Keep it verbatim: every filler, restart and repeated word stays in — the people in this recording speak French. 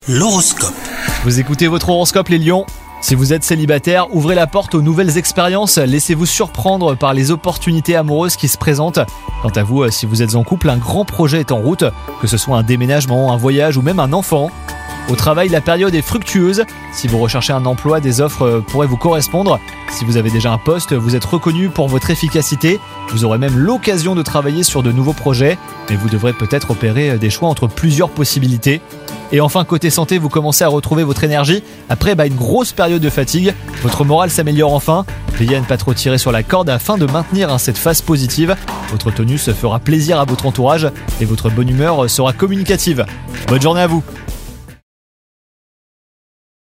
L'horoscope. Vous écoutez votre horoscope les lions. Si vous êtes célibataire, ouvrez la porte aux nouvelles expériences, laissez-vous surprendre par les opportunités amoureuses qui se présentent. Quant à vous, si vous êtes en couple, un grand projet est en route, que ce soit un déménagement, un voyage ou même un enfant. Au travail, la période est fructueuse. Si vous recherchez un emploi, des offres pourraient vous correspondre. Si vous avez déjà un poste, vous êtes reconnu pour votre efficacité. Vous aurez même l'occasion de travailler sur de nouveaux projets, mais vous devrez peut-être opérer des choix entre plusieurs possibilités. Et enfin, côté santé, vous commencez à retrouver votre énergie. Après bah, une grosse période de fatigue, votre morale s'améliore enfin. Veillez à ne pas trop tirer sur la corde afin de maintenir hein, cette phase positive. Votre tenue se fera plaisir à votre entourage et votre bonne humeur sera communicative. Bonne journée à vous!